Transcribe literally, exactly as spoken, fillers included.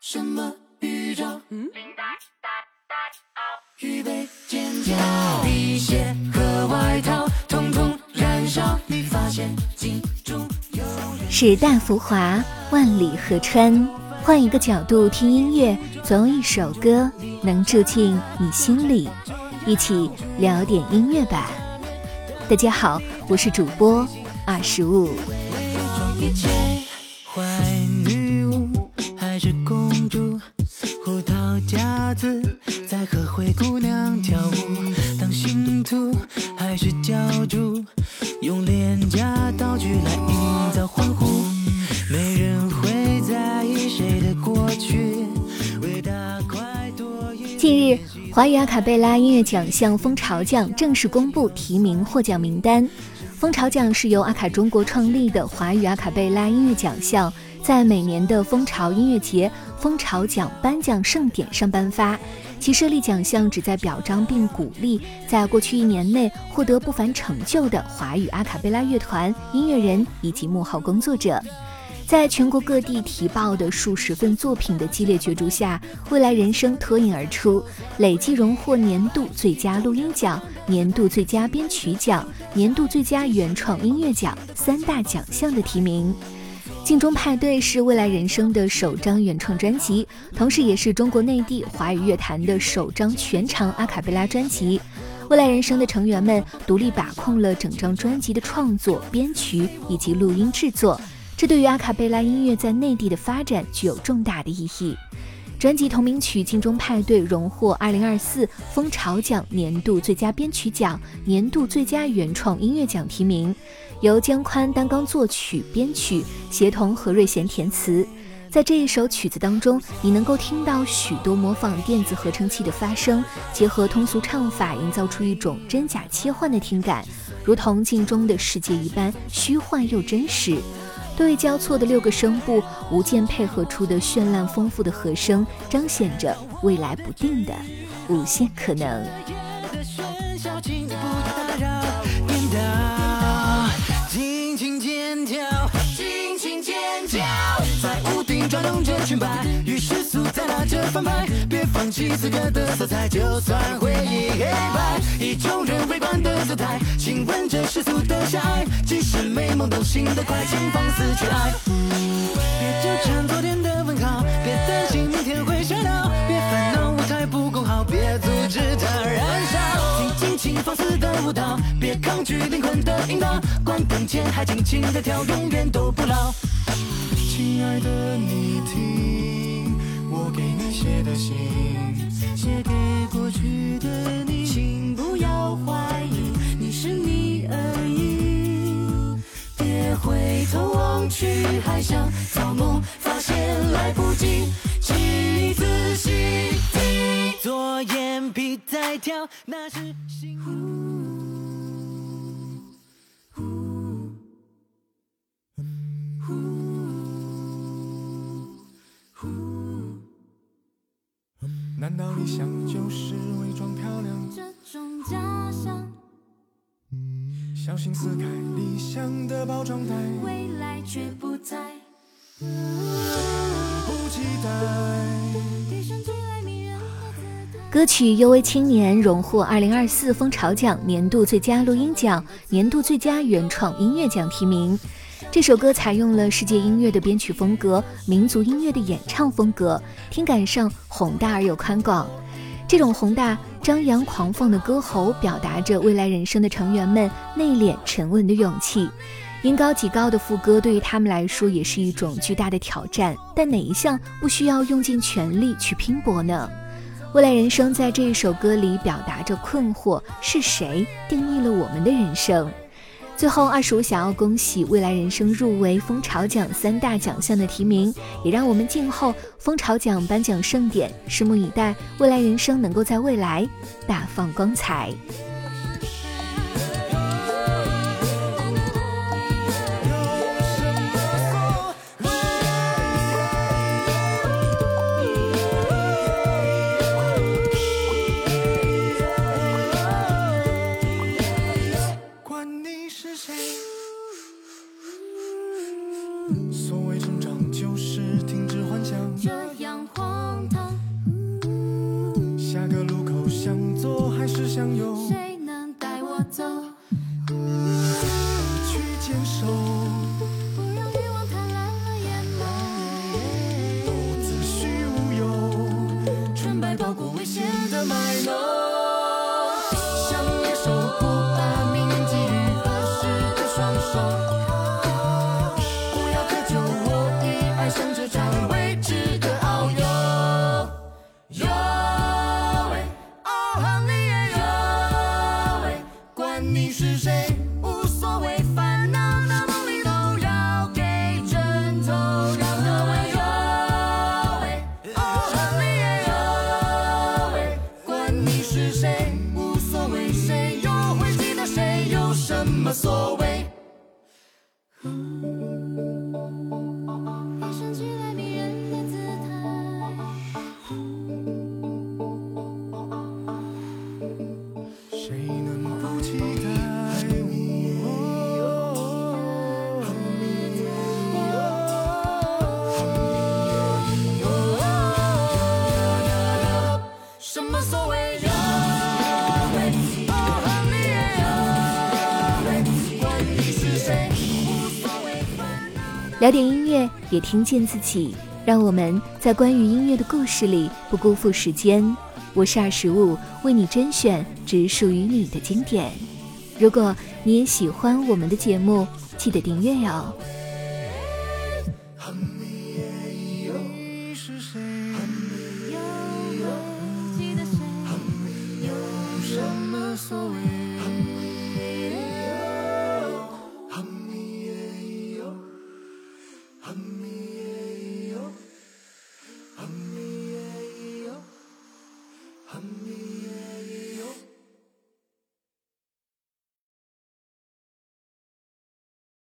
什么宇宙？嗯，预备尖叫，皮鞋和外套统统燃烧，你发现镜中有人。 时代浮华，万里河川，换一个角度听音乐，总有一首歌能住进你心里，一起聊点音乐吧。大家好，我是主播二十五。 坏女巫还是公主，胡桃夹子在和灰姑娘跳舞，当信徒还是教主，用廉价道具来营造欢呼，没人会在意谁的过去，伟大快多一。 近日，华语阿卡贝拉音乐奖项蜂巢奖正式公布提名获奖名单。蜂巢奖是由阿卡中国创立的华语阿卡贝拉音乐奖项，在每年的蜂巢音乐节蜂巢奖颁奖盛典上颁发。其设立奖项旨在表彰并鼓励在过去一年内获得不凡成就的华语阿卡贝拉乐团、音乐人以及幕后工作者。在全国各地提报的数十份作品的激烈角逐下，未来人生脱颖而出，累计荣获年度最佳录音奖、年度最佳编曲奖、年度最佳原创音乐奖三大奖项的提名。镜中派对是未来人生的首张原创专辑，同时也是中国内地华语乐坛的首张全长阿卡贝拉专辑。未来人生的成员们独立把控了整张专辑的创作、编曲以及录音制作，这对于阿卡贝拉音乐在内地的发展具有重大的意义。专辑同名曲《镜中派对》荣获二零二四蜂巢奖年度最佳编曲奖、年度最佳原创音乐奖提名，由姜宽担纲作曲、编曲，协同何瑞贤填词。在这一首曲子当中，你能够听到许多模仿电子合成器的发声，结合通俗唱法，营造出一种真假切换的听感，如同镜中的世界一般虚幻又真实。对位交错的六个声部无间配合出的绚烂丰富的和声，彰显着未来不定的无限可能。 尽情尖叫，尽情尖叫，在屋顶转动着裙摆，与世俗在拿着反派，别放弃此刻的色彩，就算回忆黑白，以众人围观的姿态，亲吻着世俗的狭隘，即使美梦都醒得快，请放肆去爱。别纠缠昨天的问号，别担心明天会摔倒，别烦恼舞台不够好，别阻止它燃烧，尽情放肆的舞蹈，别抗拒灵魂的引导，关灯前还尽情的跳，永远都不老。亲爱的你听，我给你写的信，写给过去的你，请不要怀疑，你是你而已，别回头望去，还想造梦，发现来不及，请你仔细听，左眼皮在跳，那是幸福。难道理想就是伪装漂亮？ 这种假象， 小心撕开理想的包装袋， 未来却不在。 不期待。 贴上最爱迷人的姿态。 歌曲《幽微青年》荣获二零二四蜂巢奖年度最佳录音奖、年度最佳原创音乐奖提名。这首歌采用了世界音乐的编曲风格、民族音乐的演唱风格，听感上宏大而又宽广。这种宏大、张扬、狂放的歌喉，表达着未来人生的成员们内敛沉稳的勇气。音高极高的副歌对于他们来说也是一种巨大的挑战，但哪一项不需要用尽全力去拼搏呢？未来人生在这一首歌里表达着困惑，是谁定义了我们的人生？最后，二十五想要恭喜未来人生入围蜂巢奖三大奖项的提名，也让我们静候蜂巢奖颁奖盛典，拭目以待未来人生能够在未来大放光彩。 所谓成长就是停止幻想， 这样话想左还是向右？ 谁能带我走？ 去坚守， 不让欲望贪婪了眼眸。 都自虚无有，纯白包裹危险的卖弄。像野兽不把命运给予合适的双手，不要苛求我已爱上这场未知的遨游。哟喂，哦哈你也哟喂，管你是谁无所谓，烦恼的梦里都要给枕头，让各位哟喂，哦哈你也哟喂，管你是谁无所谓，谁又会记得谁有什么所谓？ 你升起来迷人的姿态， 谁能不期待？什么所谓？哟喂，哦哈你也哟喂，管你是谁，无所谓。 聊点音乐，也听见自己，让我们在关于音乐的故事里不辜负时间。我是二十五，为你甄选只属于你的经典。如果你也喜欢我们的节目，记得订阅哟。